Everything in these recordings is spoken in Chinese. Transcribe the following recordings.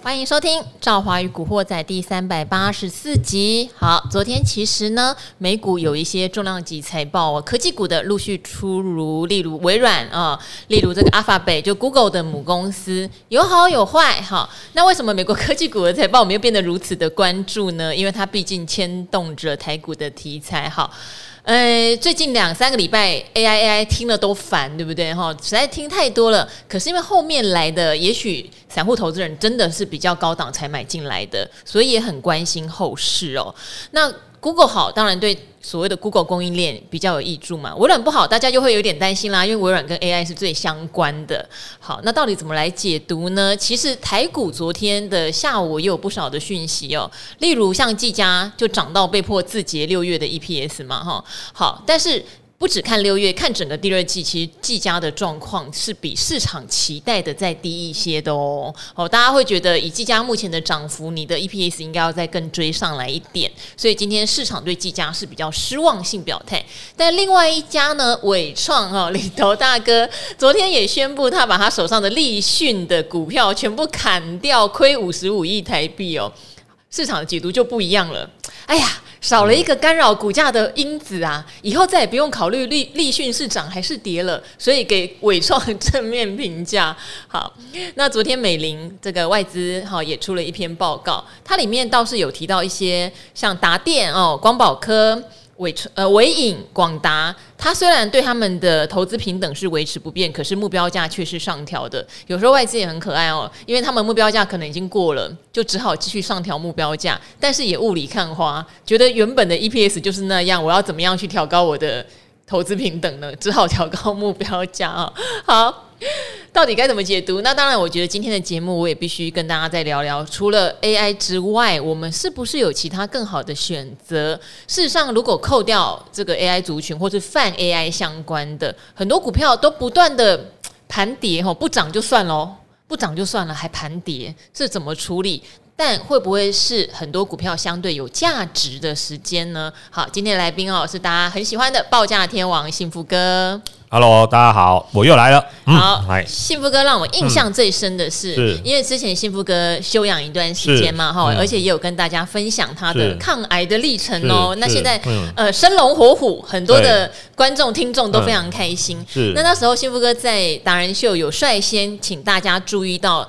欢迎收听《赵华与古惑仔》第384集。好，昨天其实呢，美股有一些重量级财报哦，科技股的陆续出炉，例如微软啊，例如这个 Alphabet 就 Google 的母公司，有好有坏哈。那为什么美国科技股的财报我们又变得如此的关注呢？因为它毕竟牵动着台股的题材哈。最近2-3个礼拜 AI 听了都烦，对不对？实在听太多了。可是因为后面来的，也许散户投资人真的是比较高档才买进来的，所以也很关心后市哦。那 Google 好，当然对所谓的 Google 供应链比较有益处嘛。微软不好，大家就会有点担心啦，因为微软跟 AI 是最相关的。好，那到底怎么来解读呢？其实台股昨天的下午也有不少的讯息哦，例如像技嘉就涨到被迫自结6月的 EPS 嘛，哈。好，但是不只看6月，看整个第二季，其实技嘉的状况是比市场期待的再低一些的哦。大家会觉得以技嘉目前的涨幅，你的 EPS 应该要再更追上来一点，所以今天市场对技嘉是比较失望性表态。但另外一家呢，伟创领头大哥昨天也宣布，他把他手上的立讯的股票全部砍掉，亏55亿台币哦。市场的解读就不一样了。哎呀，少了一个干扰股价的因子啊，以后再也不用考虑立讯是涨还是跌了，所以给伟创正面评价。好，那昨天美林这个外资也出了一篇报告，它里面倒是有提到一些像达电光宝科、伟影、广达，它虽然对他们的投资平等是维持不变，可是目标价却是上调的。有时候外资也很可爱哦，因为他们目标价可能已经过了，就只好继续上调目标价，但是也雾里看花，觉得原本的 EPS 就是那样，我要怎么样去调高我的投资平等呢？只好调高目标价啊。好。到底该怎么解读？那当然，我觉得今天的节目我也必须跟大家再聊聊，除了 AI 之外，我们是不是有其他更好的选择？事实上，如果扣掉这个 AI 族群或是泛 AI 相关的，很多股票都不断的盘跌，不涨就算咯，不涨就算了，还盘跌，这怎么处理？但会不会是很多股票相对有价值的时间呢？好，今天的来宾是大家很喜欢的报价天王幸福哥。 Hello， 大家好，我又来了。 好，幸福哥让我印象最深的是，因为之前幸福哥休养一段时间嘛，而且也有跟大家分享他的抗癌的历程哦。那现在生龙活虎，很多的观众听众都非常开心。那时候幸福哥在达人秀有率先请大家注意到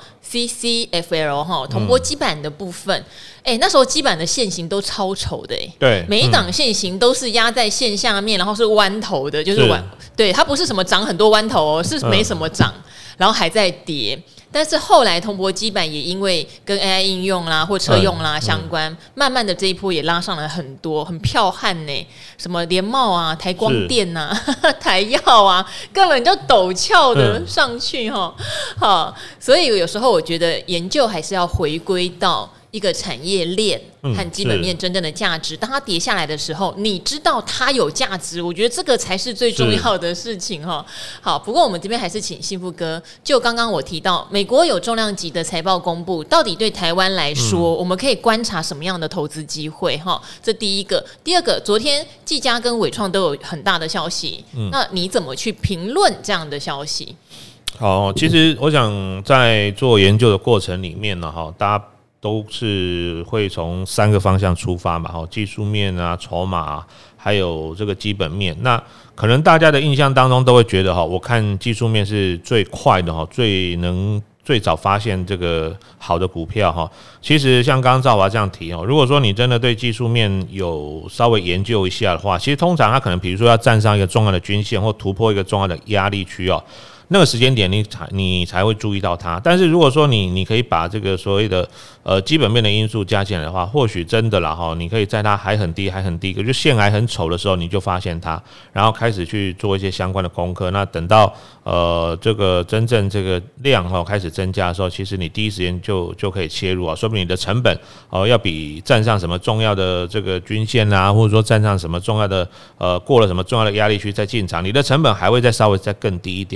CCFL 铜箔基板的部分。那时候基板的线型都超丑的，对，每一档线型都是压在线下面，然后是弯头的，就是对，它不是什么长很多弯头哦，是没什么长，然后还在跌。但是后来铜箔基板也因为跟 AI 应用啦或车用啦相关，慢慢的这一波也拉上来很多，很彪悍呢。什么联茂啊、台光电啊、台药啊，根本就陡峭的上去哈。好，所以有时候我觉得研究还是要回归到一个产业链和基本面真正的价值，当它跌下来的时候，你知道它有价值，我觉得这个才是最重要的事情哈。好，不过我们这边还是请幸福哥，就刚刚我提到，美国有重量级的财报公布，到底对台湾来说，我们可以观察什么样的投资机会哈？这第一个，第二个，昨天技嘉跟伟创都有很大的消息，那你怎么去评论这样的消息？ 好，其实我想在做研究的过程里面呢，大家都是会从3个方向出发嘛，技术面啊、筹码啊，还有这个基本面。那可能大家的印象当中都会觉得我看技术面是最快的，最早发现这个好的股票。其实像刚刚兆华这样提，如果说你真的对技术面有稍微研究一下的话，其实通常它可能比如说要站上一个重要的均线或突破一个重要的压力区那个时间点你才会注意到它。但是如果说你可以把这个所谓的基本面的因素加进来的话，或许真的啦你可以在它还很低就线还很丑的时候你就发现它，然后开始去做一些相关的功课。那等到这个真正这个量开始增加的时候，其实你第一时间就可以切入说不定你的成本要比站上什么重要的这个均线啊，或者说站上什么重要的过了什么重要的压力区再进场，你的成本还会再稍微再更低一点了所以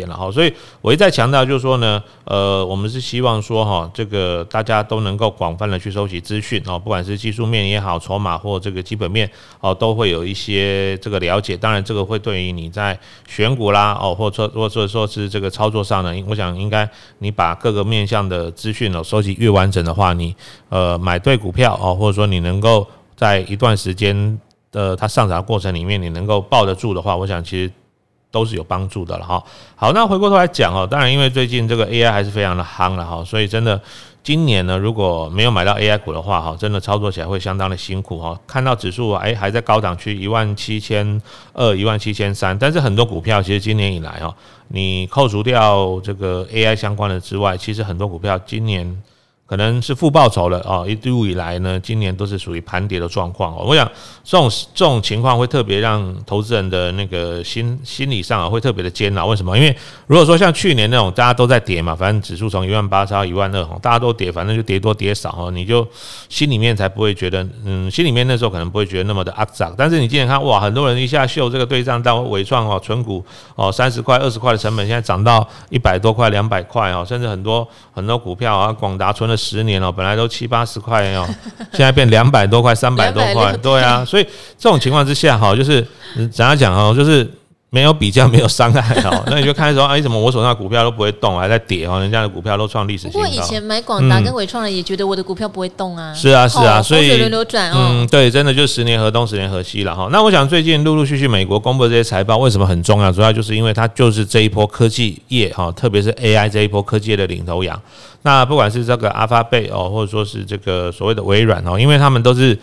所以我一再强调就是说呢，我们是希望说这个大家都能够广泛的去收集资讯不管是技术面也好，筹码或这个基本面都会有一些这个了解。当然这个会对于你在选股啦或者说是这个操作上呢，我想应该你把各个面向的资讯收集越完整的话，你买对股票或者说你能够在一段时间它上涨的过程里面你能够抱得住的话，我想其实都是有帮助的了哈。好，那回过头来讲当然因为最近这个 AI 还是非常的夯了哈，所以真的今年呢如果没有买到 AI 股的话真的操作起来会相当的辛苦看到指数还在高档区17200、17300，但是很多股票其实今年以来你扣除掉这个 AI 相关的之外，其实很多股票今年可能是负报酬了一路以来呢，今年都是属于盘跌的状况我想这种情况会特别让投资人的那个心理上会特别的煎熬。为什么？因为如果说像去年那种大家都在跌嘛，反正指数从18000到12000，大家都跌，反正就跌多跌少你就心里面才不会觉得心里面那时候可能不会觉得那么的肮脏。但是你今天看哇，很多人一下秀这个对账单，伟创纯股30块20块的成本现在涨到100多块200块甚至很多股票广达存了10年本来都70、80块现在变200多块300多块，对啊，所以这种情况之下就是怎样讲就是没有比较没有伤害那你就看说怎么我手上的股票都不会动还在跌人家的股票都创历史新高。 不过以前买广达跟伟创的也觉得我的股票不会动啊。 是啊，所以轮流转对，真的就10年河东10年河西了那我想最近陆陆续续美国公布的这些财报为什么很重要？主要就是因为它就是这一波科技业特别是 AI 这一波科技业的领头羊。那不管是这个 Alphabet 或者说是这个所谓的微软因为他们都是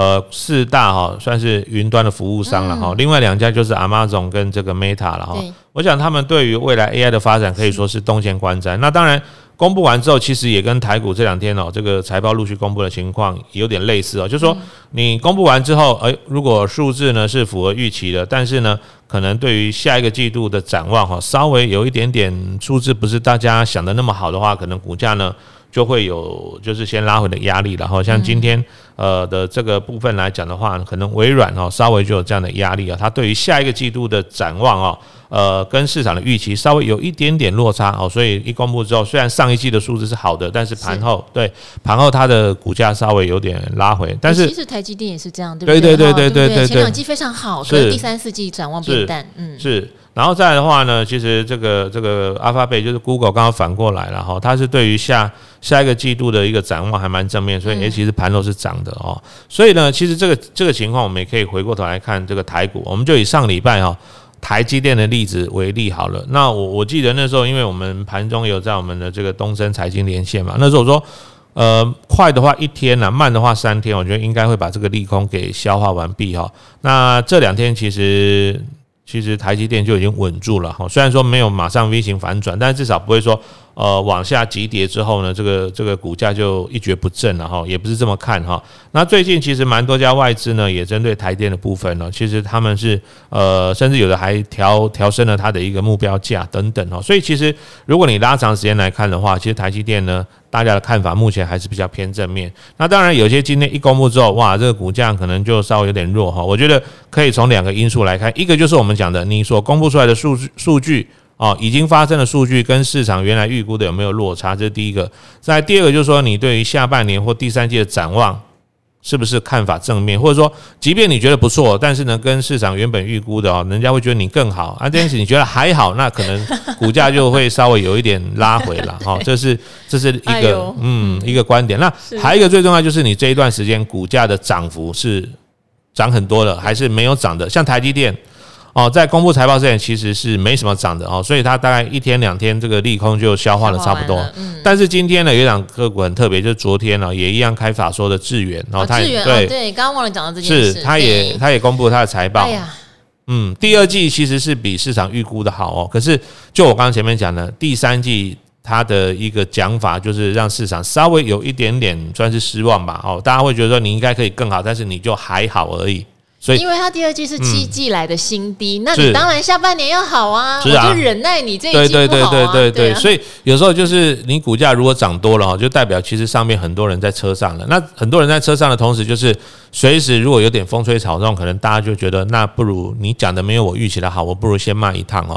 4大算是云端的服务商了另外2家就是 Amazon 跟这个 Meta 了我想他们对于未来 AI 的发展可以说是洞见观瞻。那当然公布完之后，其实也跟台股这2天这个财报陆续公布的情况有点类似就是说你公布完之后如果数字呢是符合预期的，但是呢可能对于下一个季度的展望稍微有一点点数字不是大家想的那么好的话，可能股价呢就会有就是先拉回的压力了像今天的这个部分来讲的话，可能微软稍微就有这样的压力它对于下一个季度的展望跟市场的预期稍微有一点点落差所以一公布之后，虽然上一季的数字是好的，但是盘后它的股价稍微有点拉回。但是其实台积电也是这样，对不对？对，前2季非常好，可是第3、4季展望变淡。 是。然后再来的话呢，其实这个 Alphabet 就是 Google 刚刚反过来了它是对于下一个季度的一个展望还蛮正面，所以其实盘都是涨的所以呢，其实这个情况我们也可以回过头来看这个台股，我们就以上礼拜台积电的例子为例好了。那我记得那时候，因为我们盘中有在我们的这个东森财经连线嘛，那时候我说快的话1天慢的话3天，我觉得应该会把这个利空给消化完毕那这2天其实台积电就已经稳住了虽然说没有马上 V 型反转，但至少不会说往下急跌之后呢，这个股价就一蹶不振了也不是这么看那最近其实蛮多家外资呢也针对台电的部分其实他们是甚至有的还调升了它的一个目标价等等所以其实如果你拉长时间来看的话，其实台积电呢大家的看法目前还是比较偏正面。那当然有些今天一公布之后，哇，这个股价可能就稍微有点弱我觉得可以从2个因素来看，一个就是我们讲的你所公布出来的数据已经发生的数据跟市场原来预估的有没有落差，这是第一个。再来第二个就是说你对于下半年或第3季的展望是不是看法正面，或者说即便你觉得不错，但是呢跟市场原本预估的人家会觉得你更好这件事你觉得还好，那可能股价就会稍微有一点拉回了这是一个一个观点。那还有一个最重要就是你这一段时间股价的涨幅是涨很多了还是没有涨的，像台积电在公布财报之前其实是没什么涨的所以它大概1天2天这个利空就消化了差不多。但是今天呢有一档个股很特别，就是昨天也一样开法说的智原对，刚刚忘了讲到这件事， 是它也公布它的财报。第2季其实是比市场预估的好可是就我刚刚前面讲的第3季它的一个讲法就是让市场稍微有一点点算是失望吧大家会觉得说你应该可以更好，但是你就还好而已。所以因为它第2季是7季来的新低，那你当然下半年要好我就忍耐你这一季不好对，所以有时候就是你股价如果涨多了就代表其实上面很多人在车上了。那很多人在车上的同时，就是随时如果有点风吹草动，可能大家就觉得那不如你讲的没有我预期的好，我不如先卖一趟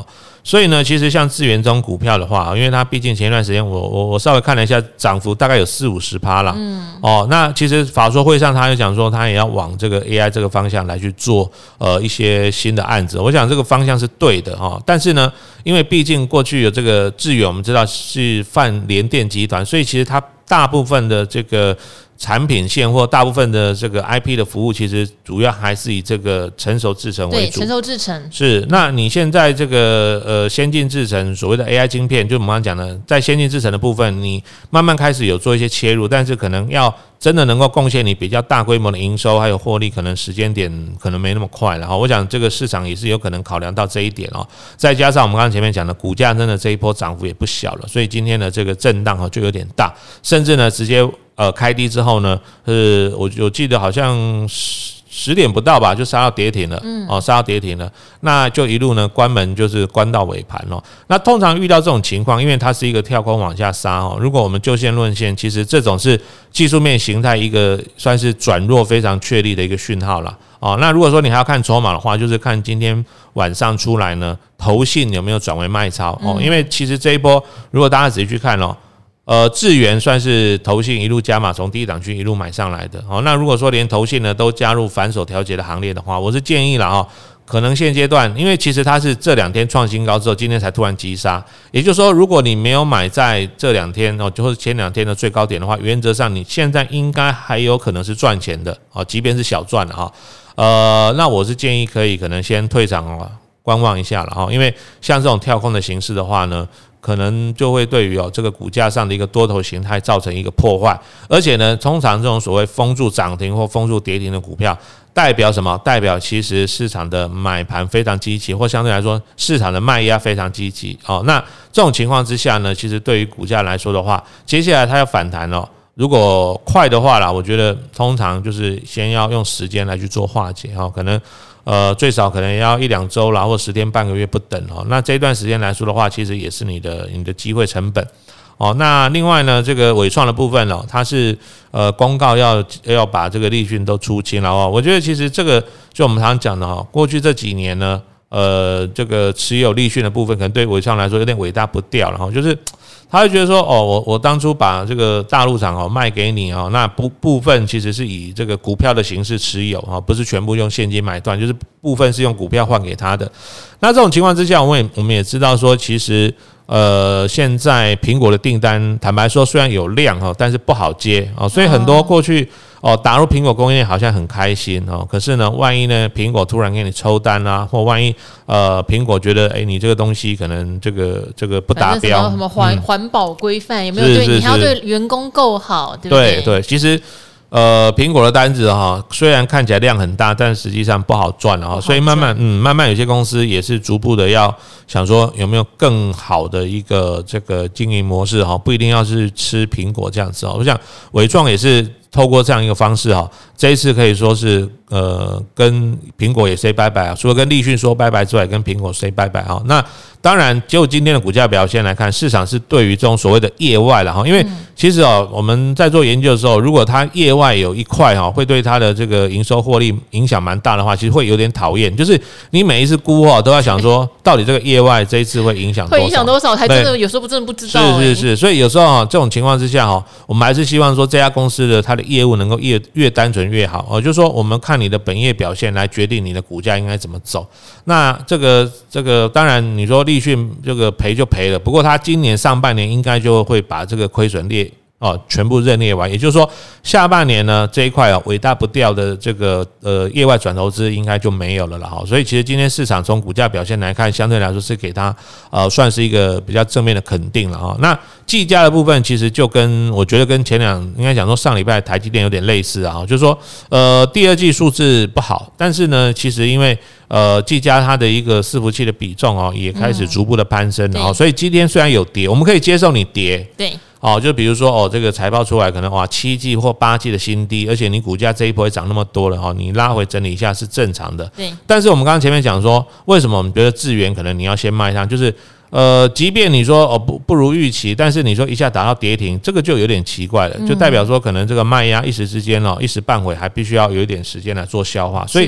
所以呢，其实像智原这种股票的话，因为它毕竟前一段时间我稍微看了一下，涨幅大概有40-50%啦。那其实法说会上他就讲说，他也要往这个 AI 这个方向来去做一些新的案子。我想这个方向是对的但是呢，因为毕竟过去有这个智原，我们知道是泛联电集团，所以其实它大部分的这个产品线或大部分的这个 IP 的服务，其实主要还是以这个成熟制程为主。 对，成熟制程是。那你现在这个先进制程所谓的 AI 晶片，就我们刚刚讲的，在先进制程的部分，你慢慢开始有做一些切入，但是可能要真的能够贡献你比较大规模的营收还有获利，可能时间点可能没那么快了。我想这个市场也是有可能考量到这一点再加上我们刚刚前面讲的股价真的这一波涨幅也不小了，所以今天的这个震荡就有点大，甚至呢直接开低之后呢，我记得好像10点不到吧，就杀到跌停了，杀到跌停了，那就一路呢关门，就是关到尾盘那通常遇到这种情况，因为它是一个跳空往下杀如果我们就线论线，其实这种是技术面形态一个算是转弱非常确立的一个讯号了那如果说你还要看筹码的话，就是看今天晚上出来呢，投信有没有转为卖超因为其实这一波如果大家仔细去看智原算是投信一路加码，从第一档区一路买上来的那如果说连投信呢都加入反手调节的行列的话，我是建议啦可能现阶段，因为其实它是这2天创新高之后，今天才突然急杀，也就是说，如果你没有买在这2天就是前2天的最高点的话，原则上你现在应该还有可能是赚钱的即便是小赚的那我是建议可能先退场观望一下了因为像这种跳空的形式的话呢，可能就会对于这个股价上的一个多头形态造成一个破坏，而且呢，通常这种所谓封住涨停或封住跌停的股票，代表什么？代表其实市场的买盘非常积极，或相对来说市场的卖压非常积极那这种情况之下呢，其实对于股价来说的话，接下来它要反弹如果快的话啦，我觉得通常就是先要用时间来去做化解可能最少可能要1-2周啦，或10天半个月不等那这一段时间来说的话，其实也是你的机会成本那另外呢，这个伟创的部分它是公告要把这个立讯都出清了我觉得其实这个就我们常常讲的过去这几年呢这个持有立讯的部分，可能对伟创来说有点尾大不掉了就是他会觉得说我当初把这个大陆厂卖给你那部分其实是以这个股票的形式持有不是全部用现金买断，就是部分是用股票换给他的。那这种情况之下，我们也知道说，其实现在苹果的订单，坦白说虽然有量但是不好接所以很多过去打入苹果供应链好像很开心可是呢，万一呢苹果突然给你抽单或万一苹果觉得你这个东西可能这个不达标， 什么环保规范有没有对你还要对员工够好，对不对？ 对，其实苹果的单子虽然看起来量很大，但实际上不好赚所以慢慢有些公司也是逐步的要想说有没有更好的一个这个经营模式不一定要是吃苹果这样子我想伟创也是透过这样一个方式这一次可以说是跟苹果也 say 拜拜除了跟立讯说拜拜之外，跟苹果 say 拜拜那当然就今天的股价表现来看，市场是对于这种所谓的业外了因为其实我们在做研究的时候，如果它业外有一块会对它的这个营收获利影响蛮大的话，其实会有点讨厌，就是你每一次估都要想说到底这个业外这一次会影响多少， 会影响多少，还真的有时候真的不知道是，所以有时候这种情况之下我们还是希望说这家公司的它的业务能够越单纯越好就是说我们看你的本业表现来决定你的股价应该怎么走。那这个当然你说立讯这个赔就赔了，不过他今年上半年应该就会把这个亏损全部认列完，也就是说下半年呢这一块尾大不掉的这个业外转投资应该就没有了啦所以其实今天市场从股价表现来看，相对来说是给它算是一个比较正面的肯定了那技嘉的部分其实就我觉得跟前应该讲说上礼拜台积电有点类似就是说第二季数字不好，但是呢其实因为技嘉它的一个伺服器的比重也开始逐步的攀升所以今天虽然有跌，我们可以接受你跌， 对就比如说这个财报出来可能7季或8季的新低，而且你股价这一波也涨那么多了你拉回整理一下是正常的。 对， 但是我们刚刚前面讲说，为什么我们觉得智原可能你要先卖它，就是即便你说不如预期，但是你说一下打到跌停，这个就有点奇怪了，就代表说可能这个卖压一时之间一时半会还必须要有一点时间来做消化，所以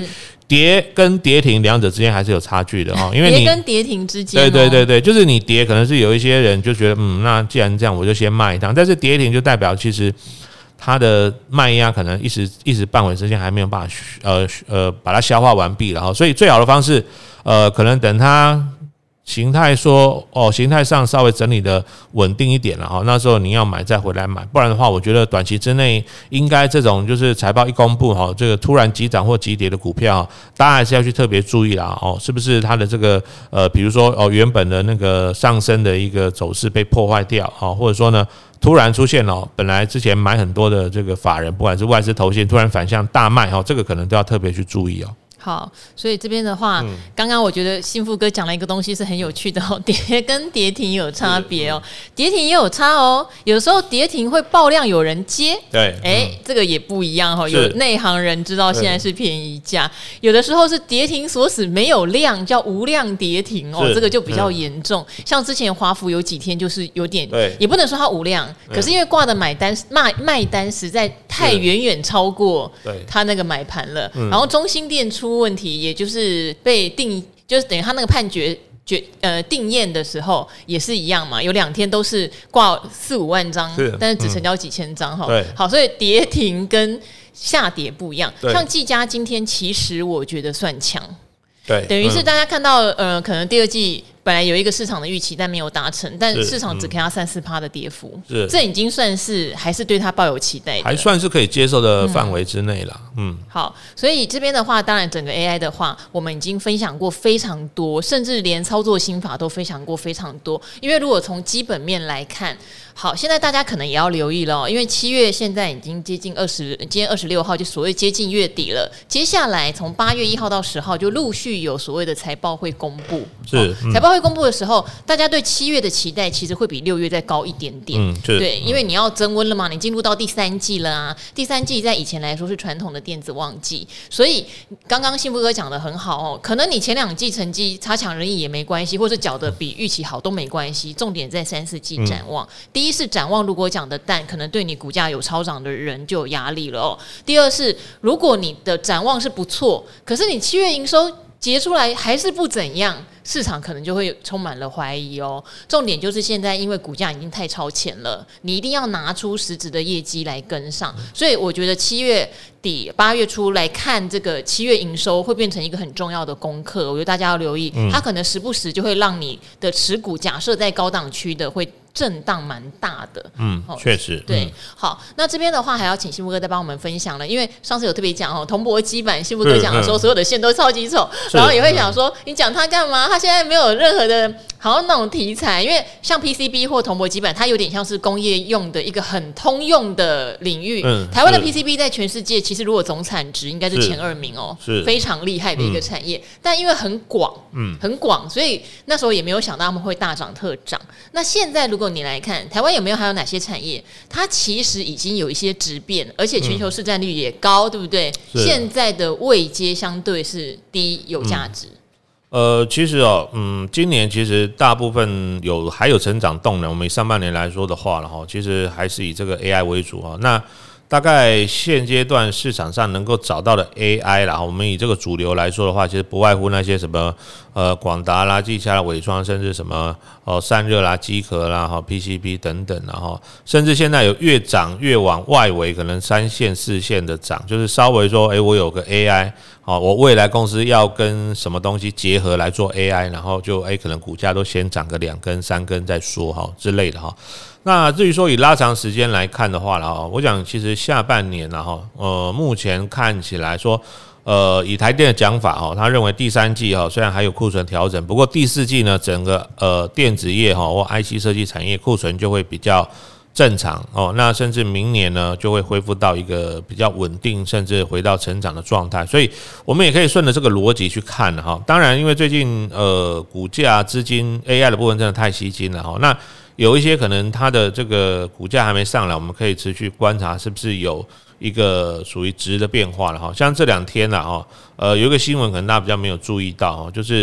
跌跟跌停两者之间还是有差距的因为跌跟跌停之间， 对，就是你跌可能是有一些人就觉得那既然这样我就先卖一趟，但是跌停就代表其实它的卖压可能一时半会之间还没有办法把它消化完毕了所以最好的方式可能等它形态形态上稍微整理的稳定一点了那时候你要买再回来买，不然的话我觉得短期之内应该这种就是财报一公布这个突然急涨或急跌的股票大家还是要去特别注意啦是不是它的这个比如说原本的那个上升的一个走势被破坏掉或者说呢突然出现本来之前买很多的这个法人不管是外资投信突然反向大卖这个可能都要特别去注意好，所以这边的话，刚刚我觉得幸福哥讲了一个东西是很有趣的跌跟跌停有差别跌停也有差有时候跌停会爆量有人接， 对， 这个也不一样有内行人知道现在是便宜价，有的时候是跌停锁死没有量，叫无量跌停这个就比较严重。像之前华孚有几天就是有点，也不能说它无量，可是因为挂的卖单实在太远超过它那个买盘了，然后中兴电出问题，也就是被就是等于他那个判决定验的时候也是一样嘛，有2天都是挂4-5万张，但是只成交几千张好，所以跌停跟下跌不一样。像技嘉今天其实我觉得算强， 对， 等于是大家看到可能第二季本来有一个市场的预期，但没有达成，但市场只给它3-4%的跌幅，这已经算是还是对它抱有期待的， 还算是可以接受的范围之内了。 好，所以这边的话，当然整个 AI 的话，我们已经分享过非常多，甚至连操作心法都分享过非常多。因为如果从基本面来看，好，现在大家可能也要留意了因为7月现在已经接近今天26号，就所谓接近月底了。接下来从8月1号到10号，就陆续有所谓的财报会公布。财报会公布的时候，大家对7月的期待其实会比6月再高一点点。对，因为你要增温了嘛，你进入到第3季了啊。第3季在以前来说是传统的电子旺季，所以刚刚幸福哥讲的很好可能你前2季成绩差强人意也没关系，或是缴的比预期好都没关系，重点在3-4季展望。第一是展望，如果讲的淡，可能对你股价有超涨的人就有压力了第二是，如果你的展望是不错，可是你7月营收结出来还是不怎样，市场可能就会充满了怀疑重点就是现在因为股价已经太超前了，你一定要拿出实质的业绩来跟上。所以我觉得7月底8月初来看这个7月营收会变成一个很重要的功课，我觉得大家要留意它可能时不时就会让你的持股假设在高档区的会震荡蛮大的。 确实对。好，那这边的话还要请幸福哥再帮我们分享了，因为上次有特别讲铜箔基板，幸福哥讲的时候所有的线都超级丑，然后也会想说你讲它干嘛，它现在没有任何的好像那种题材，因为像 PCB 或铜箔基板它有点像是工业用的一个很通用的领域。台湾的 PCB 在全世界其实如果总产值应该是前2名是非常厉害的一个产业，但因为很广，所以那时候也没有想到他们会大涨特涨。那现在如果你来看台湾还有哪些产业，它其实已经有一些质变，而且全球市占率也高，对不对？现在的位阶相对是低，有价值。 其实今年其实大部分还有成长动能。我们以上半年来说的话其实还是以这个 AI 为主那大概现阶段市场上能够找到的 AI 啦，我们以这个主流来说的话，其实不外乎那些什么广达啦、技嘉啦、伟创，甚至什么散热啦、机壳啦、PCB 等等甚至现在有越涨越往外围，可能3线4线的涨，就是稍微说我有个 AI我未来公司要跟什么东西结合来做 AI， 然后就可能股价都先涨个2根3根再说之类的那至于说以拉长时间来看的话我想其实下半年目前看起来说以台电的讲法他认为第3季虽然还有库存调整，不过第4季呢整个电子业或 IC 设计产业库存就会比较正常那甚至明年呢就会恢复到一个比较稳定，甚至回到成长的状态。所以我们也可以顺着这个逻辑去看当然因为最近股价资金 AI 的部分真的太吸金了那有一些可能它的这个股价还没上来，我们可以持续观察是不是有一个属于值的变化了像这2天有一个新闻可能大家比较没有注意到就是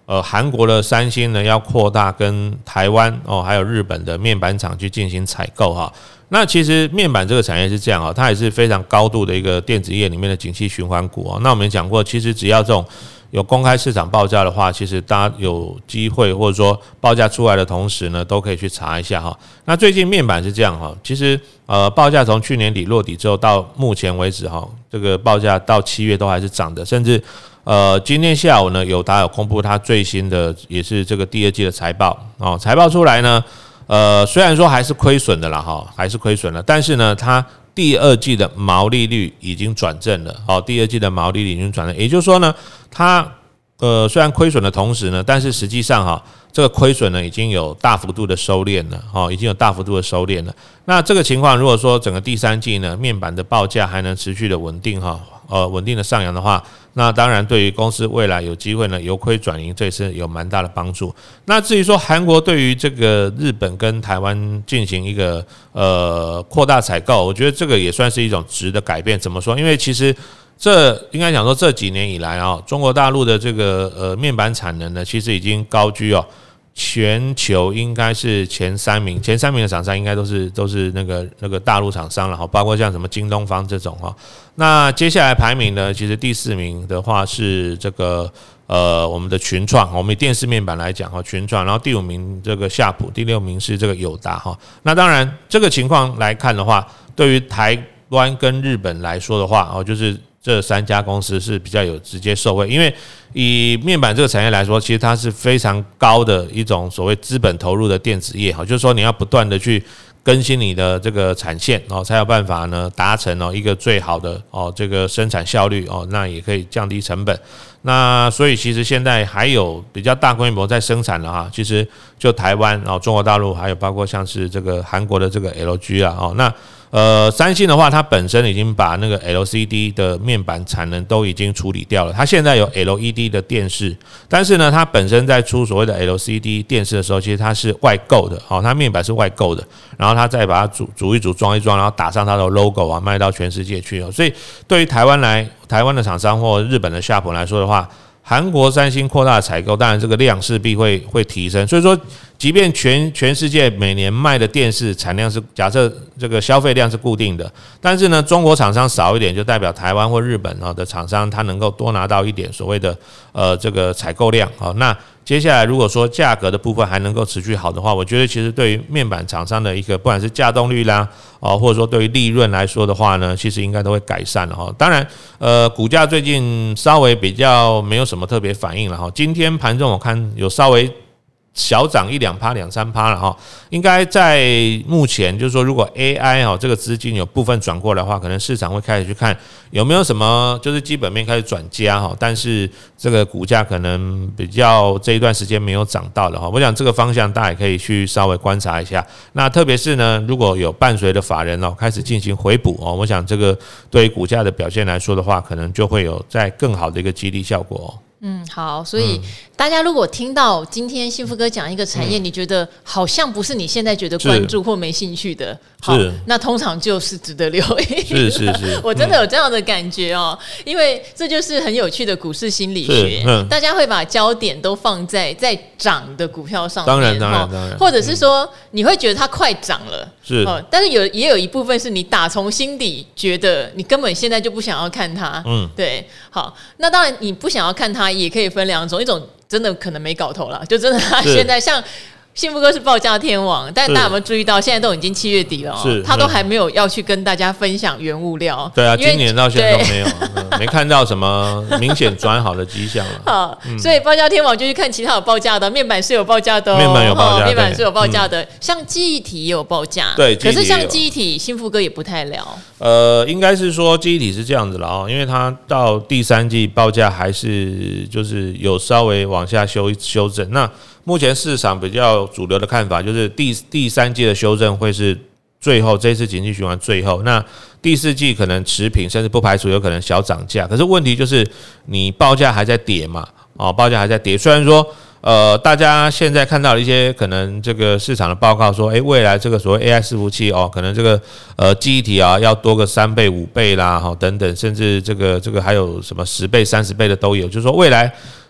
韩国的三星呢要扩大跟台湾还有日本的面板厂去进行采购哈。那其实面板这个产业是这样它也是非常高度的一个电子业里面的景气循环股那我们讲过，其实只要这种有公开市场报价的话，其实大家有机会或者说报价出来的同时呢，都可以去查一下哈。那最近面板是这样其实报价从去年底落底之后到目前为止这个报价到7月都还是涨的，甚至今天下午呢，友达有公布它最新的也是这个第2季的财报财报出来呢，虽然说还是亏损的啦还是亏损了，但是呢，它第2季的毛利率已经转正了第2季的毛利率已经转正，也就是说呢，它虽然亏损的同时呢，但是实际上这个亏损呢已经有大幅度的收敛了已经有大幅度的收敛了。那这个情况如果说整个第3季呢，面板的报价还能持续的稳定稳定的上扬的话，那当然对于公司未来有机会呢由亏转盈，这也是有蛮大的帮助。那至于说韩国对于这个日本跟台湾进行一个扩大采购，我觉得这个也算是一种质的改变。怎么说？因为其实这应该讲说这几年以来中国大陆的这个面板产能呢，其实已经高居全球应该是前3名的厂商应该都是那个大陆厂商了包括像什么京东方这种那接下来排名呢，其实第4名的话是这个我们的群创，我们以电视面板来讲群创，然后第5名这个夏普，第6名是这个友达那当然这个情况来看的话，对于台湾跟日本来说的话就是这3家公司是比较有直接受惠，因为以面板这个产业来说，其实它是非常高的一种所谓资本投入的电子业就是说你要不断的去更新你的这个产线才有办法呢达成一个最好的这个生产效率那也可以降低成本。那所以其实现在还有比较大规模在生产的其实就台湾中国大陆还有包括像是这个韩国的这个 LG 那三星的话，它本身已经把那个 LCD 的面板产能都已经处理掉了，它现在有 LED 的电视，但是呢，它本身在出所谓的 LCD 电视的时候，其实它是外购的，它面板是外购的，然后它再把它组一组、装一装，然后打上它的 logo 卖到全世界去所以对于台湾的厂商或日本的夏普来说的话，韩国三星扩大采购，当然这个量势必会提升，所以说即便全世界每年卖的电视产量是假设这个消费量是固定的，但是呢中国厂商少一点，就代表台湾或日本的厂商它能够多拿到一点所谓的这个采购量那接下来如果说价格的部分还能够持续好的话，我觉得其实对于面板厂商的一个不管是稼动率啦或者说对于利润来说的话呢，其实应该都会改善了当然股价最近稍微比较没有什么特别反应了今天盘中我看有稍微小涨1-2%、2-3%了应该在目前就是说，如果 AI 这个资金有部分转过来的话，可能市场会开始去看有没有什么就是基本面开始转佳但是这个股价可能比较这一段时间没有涨到的我想这个方向大家也可以去稍微观察一下。那特别是呢，如果有伴随的法人开始进行回补我想这个对于股价的表现来说的话，可能就会有在更好的一个激励效果好，所以大家如果听到今天幸福哥讲一个产业，你觉得好像不是你现在觉得关注或没兴趣的，好，那通常就是值得留意。是，我真的有这样的感觉因为这就是很有趣的股市心理学，大家会把焦点都放在涨的股票上面，当然，或者是说你会觉得它快涨了，但是也有一部分是你打从心底觉得你根本现在就不想要看它，对，好，那当然你不想要看它也可以分2种，一种真的可能没搞头了，就真的他现在像幸福哥是报价天王，但大家有没有注意到现在都已经7月底了他都还没有要去跟大家分享原物料。 对啊，今年到现在都没有没看到什么明显转好的迹象了所以报价天王就去看其他有报价的，面板是有报价的面板有报价，面板是有报价的像记忆体也有报价，对，可是像记忆体幸福哥也不太聊应该是说记忆体是这样子了因为它到第3季报价还是就是有稍微往下修正，那目前市场比较主流的看法就是第3季的修正会是最后这次景气循环最后，那第4季可能持平，甚至不排除有可能小涨价。可是问题就是你报价还在跌嘛，报价还在跌。虽然说大家现在看到了一些可能这个市场的报告说，未来这个所谓 AI 伺服器可能这个记忆体要多个3倍、5倍啦，等等，甚至这个还有什么10倍、30倍的都有，就是说未来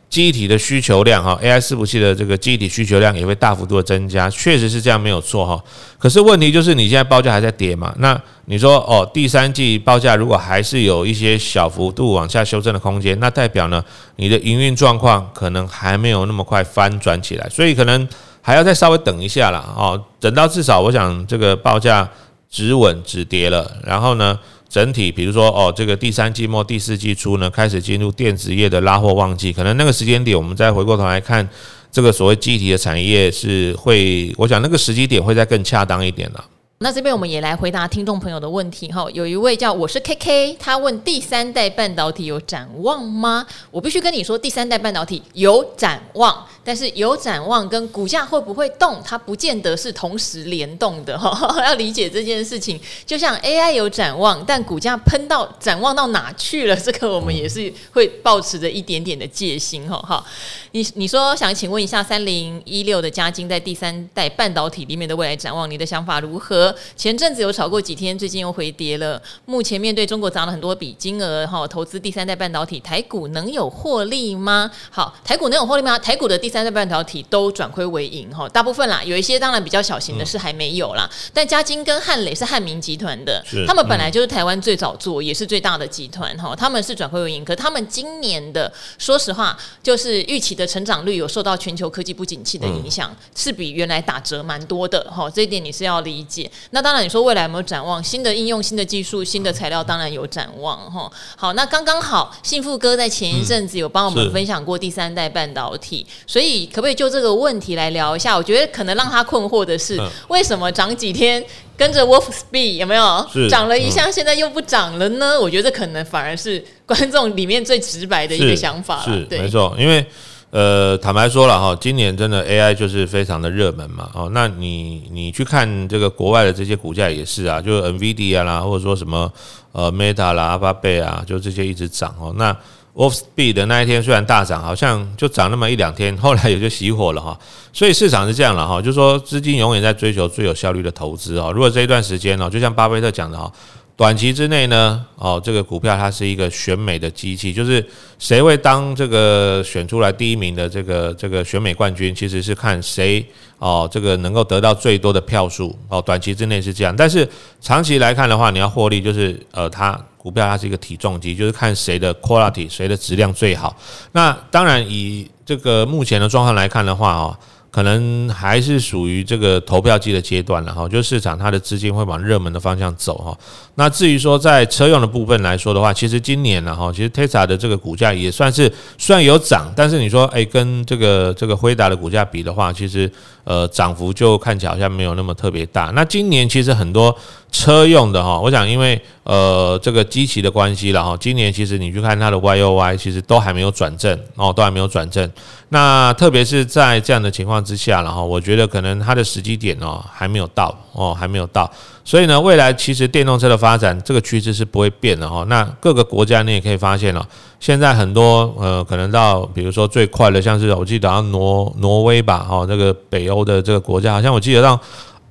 记忆体的需求量，AI 伺服器的这个记忆体需求量也会大幅度的增加，确实是这样没有错。可是问题就是你现在报价还在跌嘛，那你说第三季报价如果还是有一些小幅度往下修正的空间，那代表呢你的营运状况可能还没有那么快翻转起来，所以可能还要再稍微等一下啦，等到至少我想这个报价止稳止跌了，然后呢整体比如说这个第三季末第四季初呢开始进入电子业的拉货旺季，可能那个时间点我们再回过头来看这个所谓记忆体的产业是会，我想那个时机点会再更恰当一点啦。 那这边我们也来回答听众朋友的问题哈，有一位叫我是 KK， 他问第三代半导体有展望吗？我必须跟你说，第三代半导体有展望，但是有展望跟股价会不会动，它不见得是同时联动的哈。要理解这件事情，就像 AI 有展望，但股价喷到展望到哪去了，这个我们也是会抱持着一点点的戒心哈。你说想请问一下3016的嘉晶在第三代半导体里面的未来展望，你的想法如何？前阵子有炒过几天，最近又回跌了。目前面对中国砸了很多笔金额投资第三代半导体，台股能有获利吗？好，台股能有获利吗？台股的第三代半导体都转亏为盈，大部分啦，有一些当然比较小型的是还没有啦。但嘉晶跟汉磊是汉明集团的，他们本来就是台湾最早做也是最大的集团，他们是转亏为盈，可他们今年的说实话就是预期的成长率有受到全球科技不景气的影响，是比原来打折蛮多的，这一点你是要理解。那当然你说未来有没有展望，新的应用、新的技术、新的材料当然有展望。好，那刚刚好幸福哥在前一阵子有帮我们分享过第三代半导体，所以可不可以就这个问题来聊一下？我觉得可能让他困惑的是，为什么涨几天跟着 Wolfspeed 有没有涨了一下，现在又不涨了呢？我觉得可能反而是观众里面最直白的一个想法了。 对，没错，因为坦白说了今年真的 AI 就是非常的热门嘛，那你去看这个国外的这些股价也是啊，就 NVIDIA 啦，或者说什么Meta 啦、Alphabet 啊，就这些一直涨那 Wolfspeed 的那一天虽然大涨，好像就涨那么一两天，后来也就熄火了所以市场是这样了就是说资金永远在追求最有效率的投资如果这一段时间就像巴菲特讲的短期之内呢，这个股票它是一个选美的机器，就是谁会当这个选出来第一名的这个选美冠军，其实是看谁这个能够得到最多的票数短期之内是这样，但是长期来看的话，你要获利就是它股票它是一个体重机，就是看谁的 quality 谁的质量最好。那当然以这个目前的状况来看的话可能还是属于这个投票季的阶段了就市场它的资金会往热门的方向走那至于说在车用的部分来说的话，其实今年其实 Tesla 的这个股价也算是虽然有涨，但是你说跟这个辉达的股价比的话，其实涨幅就看起来好像没有那么特别大。那今年其实很多车用的我想因为这个基期的关系啦今年其实你去看它的 YOY 其实都还没有转正都还没有转正。那特别是在这样的情况之下我觉得可能它的时机点还没有到还没有到。所以呢，未来其实电动车的发展这个趋势是不会变的那各个国家你也可以发现现在很多可能到比如说最快的，像是我记得好像挪威吧这个北欧的这个国家，好像我记得到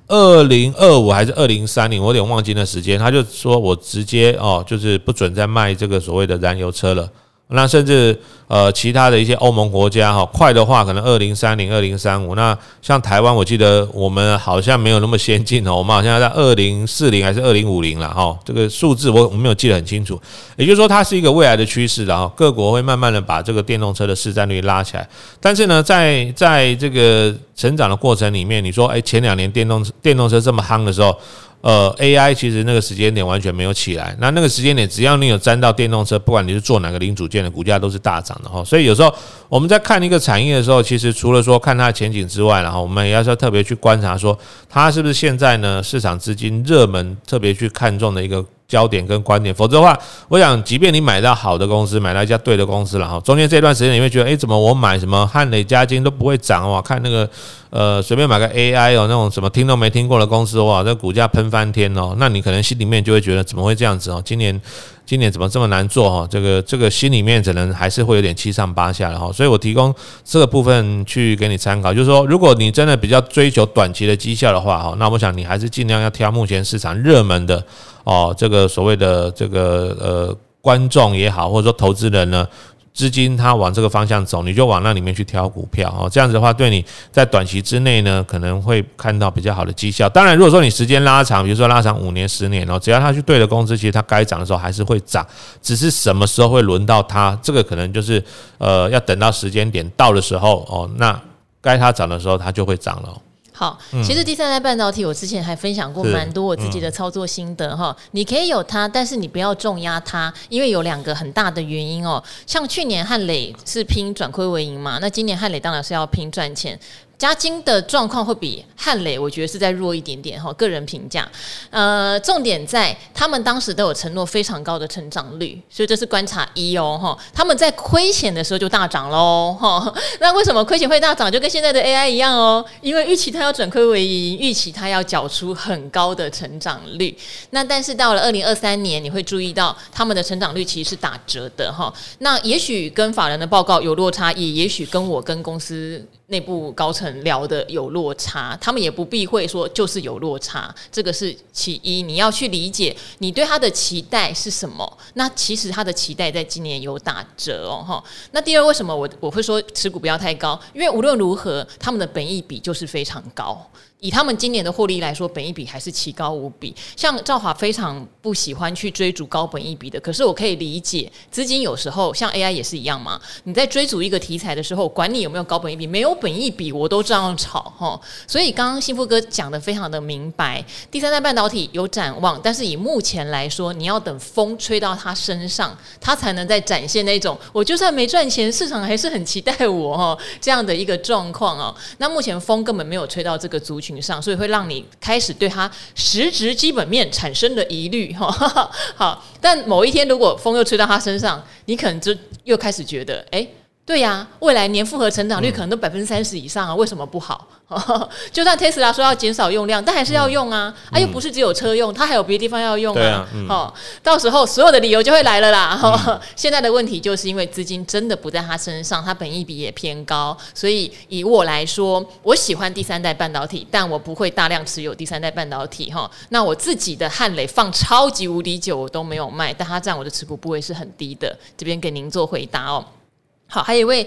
2025还是2030，我有点忘记那时间，他就说我直接就是不准再卖这个所谓的燃油车了。那甚至其他的一些欧盟国家快的话可能2030、2035。那像台湾，我记得我们好像没有那么先进我们好像在2040还是2050啦这个数字我没有记得很清楚。也就是说，它是一个未来的趋势的各国会慢慢的把这个电动车的市占率拉起来。但是呢，在这个成长的过程里面，你说前2年电动车这么夯的时候。AI 其实那个时间点完全没有起来，那个时间点只要你有沾到电动车，不管你是做哪个零组件的，股价都是大涨的所以有时候我们在看一个产业的时候，其实除了说看它的前景之外，然后我们也要特别去观察说它是不是现在呢市场资金热门特别去看重的一个焦点跟观点。否则的话，我想即便你买到好的公司，买到一家对的公司了中间这段时间你会觉得怎么我买什么汉磊嘉晶都不会涨看那个随便买个 AI 那种什么听都没听过的公司这股价喷翻天那你可能心里面就会觉得怎么会这样子今年怎么这么难做这个心里面可能还是会有点七上八下的所以我提供这个部分去给你参考，就是说如果你真的比较追求短期的绩效的话那我想你还是尽量要挑目前市场热门的这个所谓的这个观众也好，或者说投资人呢， 资金它往这个方向走，你就往那里面去挑股票哦。这样子的话，对你在短期之内呢，可能会看到比较好的绩效。当然，如果说你时间拉长，比如说拉长5年、10年哦，只要它去对的公司，其实它该涨的时候还是会涨，只是什么时候会轮到它，这个可能就是要等到时间点到的时候哦，那该它涨的时候，它就会涨了。 好，其实第三代半导体我之前还分享过蛮多我自己的操作心得哈。你可以有它，但是你不要重压它，因为有2个很大的原因哦。像去年汉磊是拼转亏为盈嘛，那今年汉磊当然是要拼赚钱。嘉晶的状况会比汉磊我觉得是再弱一点点哈，个人评价。重点在他们当时都有承诺非常高的成长率，所以这是观察1哦哈。他们在亏钱的时候就大涨喽哈。那为什么亏钱会大涨？就跟现在的 AI 一样哦，因为预期它要转亏为盈，预期它要缴出很高的成长率。那但是到了2023年，你会注意到他们的成长率其实是打折的哈。那也许跟法人的报告有落差，也许跟我跟公司内部高层聊的有落差，他们也不避讳说就是有落差，这个是其一。你要去理解你对他的期待是什么，那其实他的期待在今年有打折哦。那第二，为什么我会说持股不要太高？因为无论如何他们的本益比就是非常高，以他们今年的获利来说，本益比还是奇高无比。像兆华非常不喜欢去追逐高本益比的，可是我可以理解，资金有时候像 AI 也是一样嘛，你在追逐一个题材的时候，管你有没有高本益比，没有本益比我都这样炒齁。所以刚刚幸福哥讲的非常的明白，第三代半导体有展望，但是以目前来说，你要等风吹到他身上，他才能再展现那种我就算没赚钱，市场还是很期待我齁这样的一个状况哦。那目前风根本没有吹到这个族群上，所以会让你开始对它实质基本面产生了疑虑哈。好，但某一天如果风又吹到它身上，你可能就又开始觉得，对呀，未来年复合成长率可能都30%以上啊，为什么不好？就算 Tesla 说要减少用量，但还是要用啊，又不是只有车用，它还有别的地方要用啊。到时候所有的理由就会来了啦。现在的问题就是因为资金真的不在它身上，它本益比也偏高，所以以我来说，我喜欢第三代半导体，但我不会大量持有第三代半导体哈。那我自己的汉磊放超级无敌久，我都没有卖，但它占我的持股部位是很低的，这边给您做回答哦。好，还有一位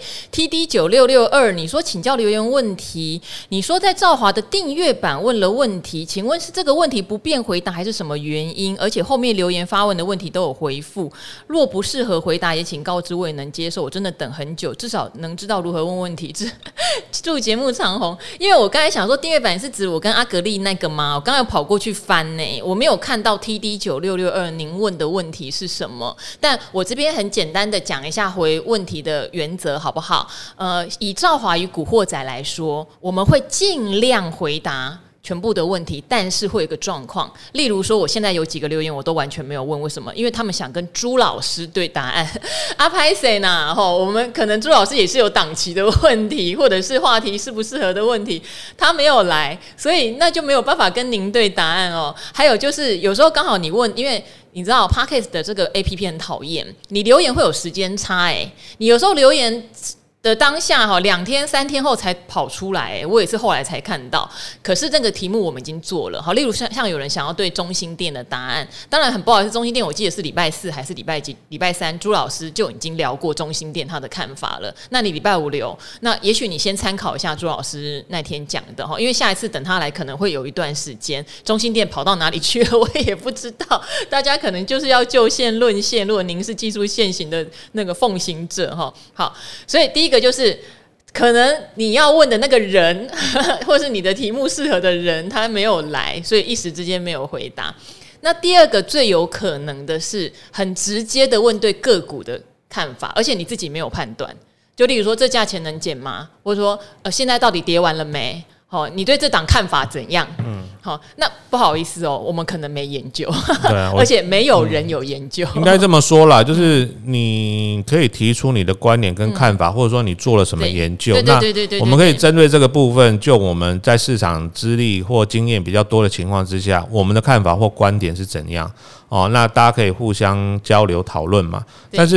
TD9662， 你说请教留言问题，你说在兆华的订阅版问了问题，请问是这个问题不便回答还是什么原因？而且后面留言发问的问题都有回复，若不适合回答也请告知，我也能接受，我真的等很久，至少能知道如何问问题。祝节目长红。因为我刚才想说订阅版是指我跟阿格丽那个吗？我刚才跑过去翻呢，我没有看到 TD9662 您问的问题是什么，但我这边很简单的讲一下回问题的原则好不好？以兆华与古惑仔来说，我们会尽量回答全部的问题，但是会有一个状况，例如说我现在有几个留言我都完全没有问，为什么？因为他们想跟朱老师对答案。阿拍谁呢？我们可能朱老师也是有档期的问题，或者是话题适不适合的问题，他没有来，所以那就没有办法跟您对答案哦。还有就是有时候刚好你问，因为你知道 Podcast 的这个 APP 很讨厌，你留言会有时间差你有时候留言的当下2天3天后才跑出来，我也是后来才看到。可是这个题目我们已经做了，例如像有人想要对中兴电的答案，当然很不好意思，中兴电我记得是礼拜4还是礼拜3，朱老师就已经聊过中兴电他的看法了。那你礼拜5留，那也许你先参考一下朱老师那天讲的因为下一次等他来可能会有一段时间，中兴电跑到哪里去了我也不知道，大家可能就是要就线论线，如果您是技术线型的那个奉行者好，所以第一个就是可能你要问的那个人或是你的题目适合的人他没有来，所以一时之间没有回答。那第二个最有可能的是很直接的问对个股的看法，而且你自己没有判断，就例如说这价钱能减吗，或者说现在到底跌完了没，你对这档看法怎样？那不好意思我们可能没研究，对而且没有人有研究。 应该这么说啦，就是你可以提出你的观点跟看法，或者说你做了什么研究，那我们可以针对这个部分，就我们在市场资历或经验比较多的情况之下，我们的看法或观点是怎样那大家可以互相交流讨论嘛。但是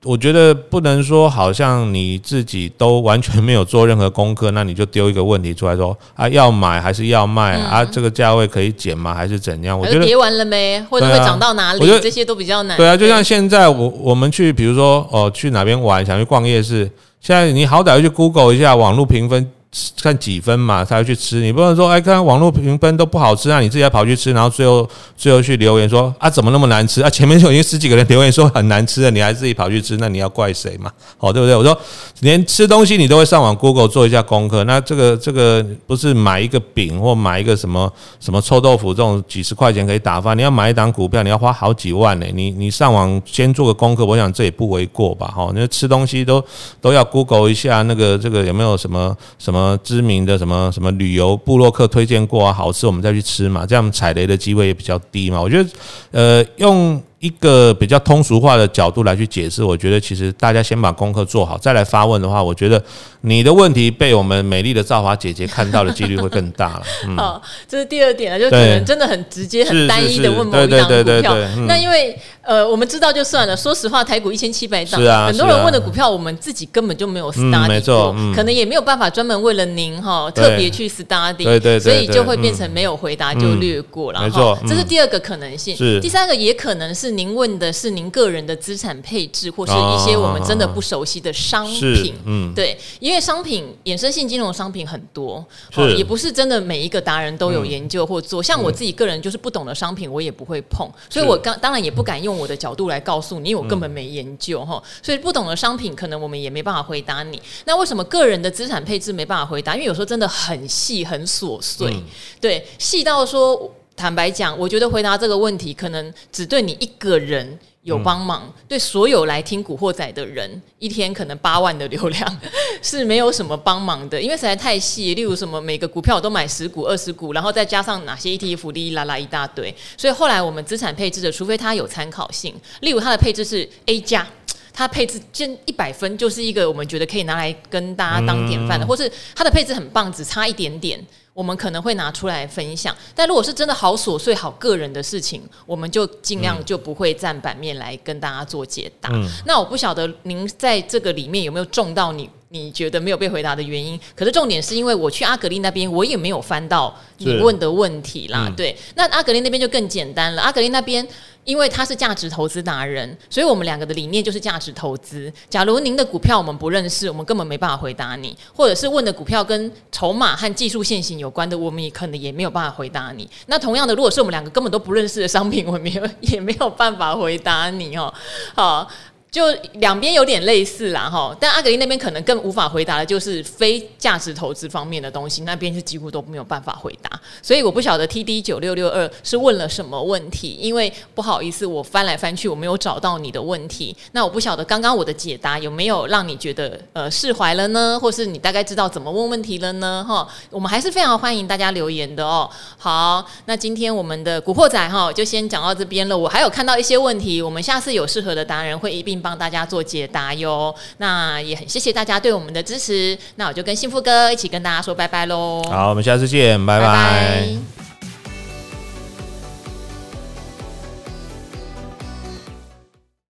我觉得不能说好像你自己都完全没有做任何功课，那你就丢一个问题出来说啊，要买还是要卖啊？这个价位可以减吗？还是怎样？我觉得跌完了没，或者会涨到哪里，这些都比较难。 对啊，就像现在我们去，比如说去哪边玩，想去逛夜市，现在你好歹要去 Google 一下网络评分。看几分嘛，才会去吃。你不能说，看网络评分都不好吃啊，你自己还跑去吃，然后最后去留言说啊，怎么那么难吃啊？前面就已经10几个人留言说很难吃了，你还自己跑去吃，那你要怪谁嘛？对不对？我说连吃东西你都会上网 Google 做一下功课，那这个不是买一个饼或买一个什么臭豆腐这种几十块钱可以打发，你要买一档股票，你要花好几万呢。你上网先做个功课，我想这也不为过吧？那吃东西都要 Google 一下，这个有没有什么知名的什么旅游部落客推荐过啊，好吃我们再去吃嘛，这样踩雷的机会也比较低嘛。我觉得用一个比较通俗化的角度来去解释，我觉得其实大家先把功课做好，再来发问的话，我觉得你的问题被我们美丽的兆华姐姐看到的几率会更大了。 好，这是第二点了，就可能真的很直接、很单一的问某一档股票。那因为我们知道就算了，说实话，台股1700档，很多人问的股票，我们自己根本就没有 study 过，可能也没有办法专门为了您特别去 study， 所以就会变成没有回答就略过了。 没错， 这是第二个可能性。第三个也可能是您问的是您个人的资产配置，或是一些我们真的不熟悉的商品。对，因为商品衍生性金融商品很多，也不是真的每一个达人都有研究或做。像我自己个人就是不懂的商品，我也不会碰，所以我当然也不敢用我的角度来告诉你，因为我根本没研究所以不懂的商品可能我们也没办法回答你。那为什么个人的资产配置没办法回答？因为有时候真的很细很琐碎，对，细到说坦白讲，我觉得回答这个问题可能只对你一个人有帮忙，对所有来听古惑仔的人，一天可能8万的流量是没有什么帮忙的，因为实在太细。例如什么每个股票我都买10股、20股，然后再加上哪些 ETF 哩啦啦一大堆，所以后来我们资产配置的，除非它有参考性，例如它的配置是 A 加。它配置100分，就是一个我们觉得可以拿来跟大家当典范的，或是它的配置很棒，只差一点点，我们可能会拿出来分享。但如果是真的好琐碎、好个人的事情，我们就尽量就不会占版面来跟大家做解答。那我不晓得您在这个里面有没有中到你觉得没有被回答的原因，可是重点是因为我去阿格力那边，我也没有翻到你问的问题啦。对，那阿格力那边就更简单了。阿格力那边，因为他是价值投资达人，所以我们两个的理念就是价值投资。假如您的股票我们不认识，我们根本没办法回答你，或者是问的股票跟筹码和技术线型有关的，我们也可能也没有办法回答你。那同样的，如果是我们两个根本都不认识的商品，我们也没有办法回答你好。就两边有点类似啦但阿格力那边可能更无法回答的就是非价值投资方面的东西，那边是几乎都没有办法回答。所以我不晓得 TD9662 是问了什么问题，因为不好意思，我翻来翻去我没有找到你的问题。那我不晓得刚刚我的解答有没有让你觉得释怀了呢，或是你大概知道怎么问问题了呢我们还是非常欢迎大家留言的好，那今天我们的古惑仔就先讲到这边了。我还有看到一些问题，我们下次有适合的达人会一并帮大家做解答哟。那也很谢谢大家对我们的支持，那我就跟幸福哥一起跟大家说拜拜咯。 好，我们下次见，拜拜。